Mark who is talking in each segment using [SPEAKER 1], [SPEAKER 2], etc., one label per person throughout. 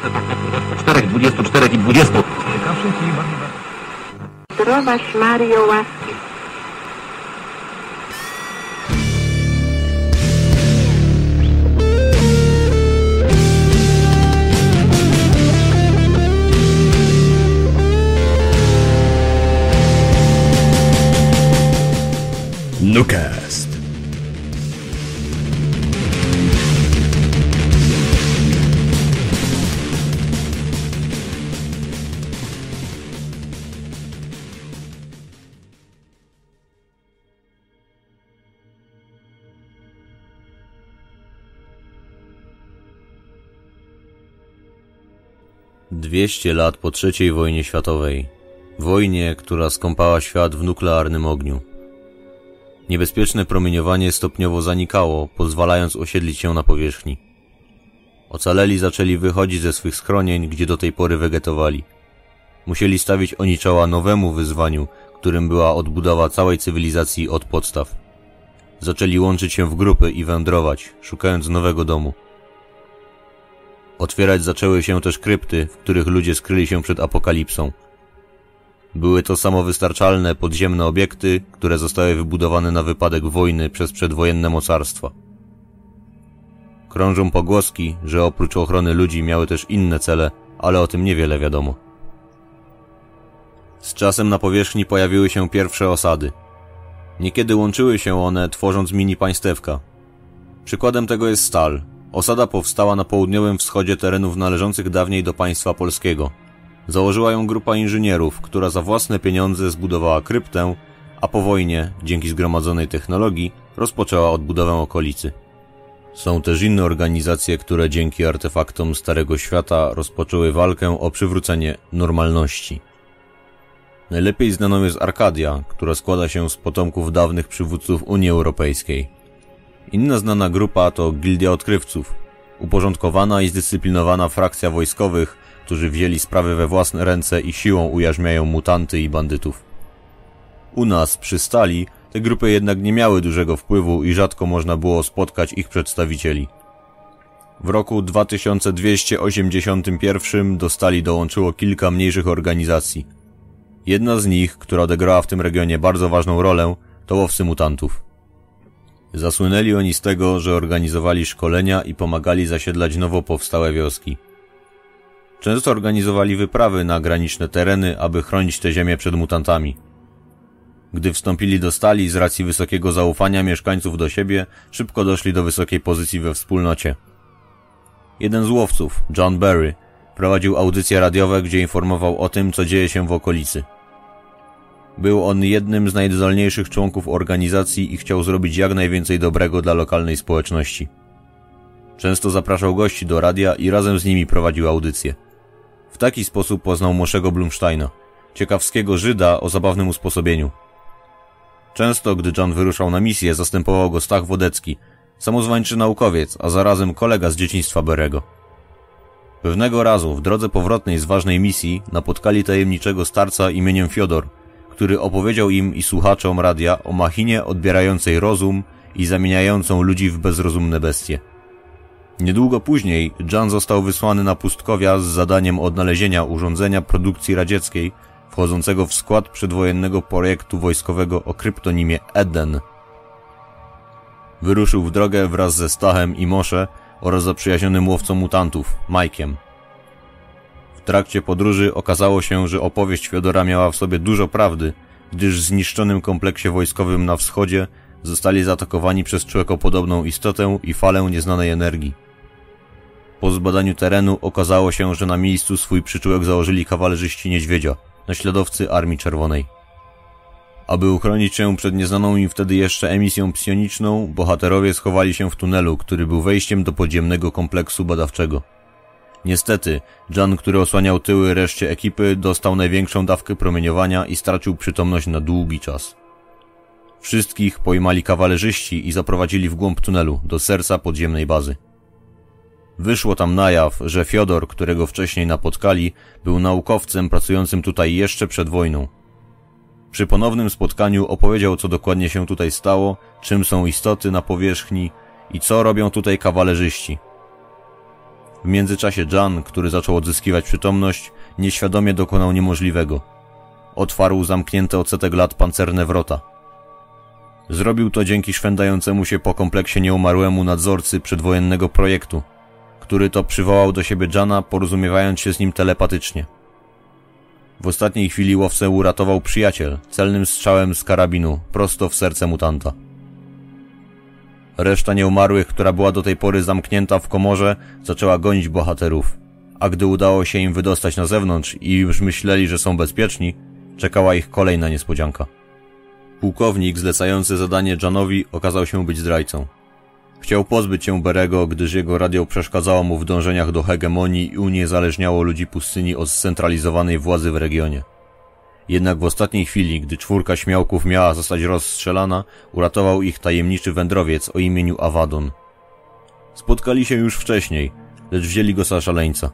[SPEAKER 1] 4, 24 i 20.
[SPEAKER 2] Zdrowaś Maryjo, łaski.
[SPEAKER 3] Nukast.
[SPEAKER 4] Dwieście lat po III wojnie światowej. Wojnie, która skąpała świat w nuklearnym ogniu. Niebezpieczne promieniowanie stopniowo zanikało, pozwalając osiedlić się na powierzchni. Ocaleli zaczęli wychodzić ze swych schronień, gdzie do tej pory wegetowali. Musieli stawić oni czoła nowemu wyzwaniu, którym była odbudowa całej cywilizacji od podstaw. Zaczęli łączyć się w grupy i wędrować, szukając nowego domu. Otwierać zaczęły się też krypty, w których ludzie skryli się przed apokalipsą. Były to samowystarczalne, podziemne obiekty, które zostały wybudowane na wypadek wojny przez przedwojenne mocarstwa. Krążą pogłoski, że oprócz ochrony ludzi miały też inne cele, ale o tym niewiele wiadomo. Z czasem na powierzchni pojawiły się pierwsze osady. Niekiedy łączyły się one, tworząc mini-państewka. Przykładem tego jest Stal. Osada powstała na południowym wschodzie terenów należących dawniej do państwa polskiego. Założyła ją grupa inżynierów, która za własne pieniądze zbudowała kryptę, a po wojnie, dzięki zgromadzonej technologii, rozpoczęła odbudowę okolicy. Są też inne organizacje, które dzięki artefaktom Starego Świata rozpoczęły walkę o przywrócenie normalności. Najlepiej znaną jest Arkadia, która składa się z potomków dawnych przywódców Unii Europejskiej. Inna znana grupa to Gildia Odkrywców, uporządkowana i zdyscyplinowana frakcja wojskowych, którzy wzięli sprawy we własne ręce i siłą ujarzmiają mutanty i bandytów. U nas, przy Stali, te grupy jednak nie miały dużego wpływu i rzadko można było spotkać ich przedstawicieli. W roku 2281 do Stali dołączyło kilka mniejszych organizacji. Jedna z nich, która odegrała w tym regionie bardzo ważną rolę, to łowcy mutantów. Zasłynęli oni z tego, że organizowali szkolenia i pomagali zasiedlać nowo powstałe wioski. Często organizowali wyprawy na graniczne tereny, aby chronić te ziemię przed mutantami. Gdy wstąpili do Stali z racji wysokiego zaufania mieszkańców do siebie, szybko doszli do wysokiej pozycji we wspólnocie. Jeden z łowców, John Barry, prowadził audycje radiowe, gdzie informował o tym, co dzieje się w okolicy. Był on jednym z najzdolniejszych członków organizacji i chciał zrobić jak najwięcej dobrego dla lokalnej społeczności. Często zapraszał gości do radia i razem z nimi prowadził audycje. W taki sposób poznał Moszego Blumsteina, ciekawskiego Żyda o zabawnym usposobieniu. Często, gdy John wyruszał na misję, zastępował go Stach Wodecki, samozwańczy naukowiec, a zarazem kolega z dzieciństwa Berego. Pewnego razu, w drodze powrotnej z ważnej misji, napotkali tajemniczego starca imieniem Fiodor, który opowiedział im i słuchaczom radia o machinie odbierającej rozum i zamieniającą ludzi w bezrozumne bestie. Niedługo później John został wysłany na pustkowia z zadaniem odnalezienia urządzenia produkcji radzieckiej wchodzącego w skład przedwojennego projektu wojskowego o kryptonimie Eden. Wyruszył w drogę wraz ze Stachem i Mosze oraz zaprzyjaźnionym łowcą mutantów, Mike'iem. W trakcie podróży okazało się, że opowieść Fiodora miała w sobie dużo prawdy, gdyż w zniszczonym kompleksie wojskowym na wschodzie zostali zaatakowani przez człowiekopodobną istotę i falę nieznanej energii. Po zbadaniu terenu okazało się, że na miejscu swój przyczółek założyli kawalerzyści niedźwiedzia, naśladowcy Armii Czerwonej. Aby uchronić się przed nieznaną im wtedy jeszcze emisją psioniczną, bohaterowie schowali się w tunelu, który był wejściem do podziemnego kompleksu badawczego. Niestety, John, który osłaniał tyły reszcie ekipy, dostał największą dawkę promieniowania i stracił przytomność na długi czas. Wszystkich pojmali kawalerzyści i zaprowadzili w głąb tunelu, do serca podziemnej bazy. Wyszło tam na jaw, że Fiodor, którego wcześniej napotkali, był naukowcem pracującym tutaj jeszcze przed wojną. Przy ponownym spotkaniu opowiedział, co dokładnie się tutaj stało, czym są istoty na powierzchni i co robią tutaj kawalerzyści. W międzyczasie Jan, który zaczął odzyskiwać przytomność, nieświadomie dokonał niemożliwego. Otwarł zamknięte od setek lat pancerne wrota. Zrobił to dzięki szwendającemu się po kompleksie nieumarłemu nadzorcy przedwojennego projektu, który to przywołał do siebie Jana, porozumiewając się z nim telepatycznie. W ostatniej chwili łowcę uratował przyjaciel, celnym strzałem z karabinu, prosto w serce mutanta. Reszta nieumarłych, która była do tej pory zamknięta w komorze, zaczęła gonić bohaterów, a gdy udało się im wydostać na zewnątrz i już myśleli, że są bezpieczni, czekała ich kolejna niespodzianka. Pułkownik zlecający zadanie Janowi okazał się być zdrajcą. Chciał pozbyć się Berego, gdyż jego radio przeszkadzało mu w dążeniach do hegemonii i uniezależniało ludzi pustyni od scentralizowanej władzy w regionie. Jednak w ostatniej chwili, gdy 4 śmiałków miała zostać rozstrzelana, uratował ich tajemniczy wędrowiec o imieniu Abaddon. Spotkali się już wcześniej, lecz wzięli go za szaleńca.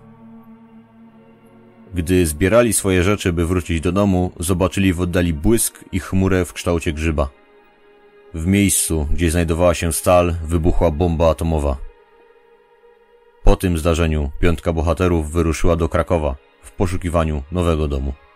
[SPEAKER 4] Gdy zbierali swoje rzeczy, by wrócić do domu, zobaczyli w oddali błysk i chmurę w kształcie grzyba. W miejscu, gdzie znajdowała się stal, wybuchła bomba atomowa. Po tym zdarzeniu 5 bohaterów wyruszyła do Krakowa w poszukiwaniu nowego domu.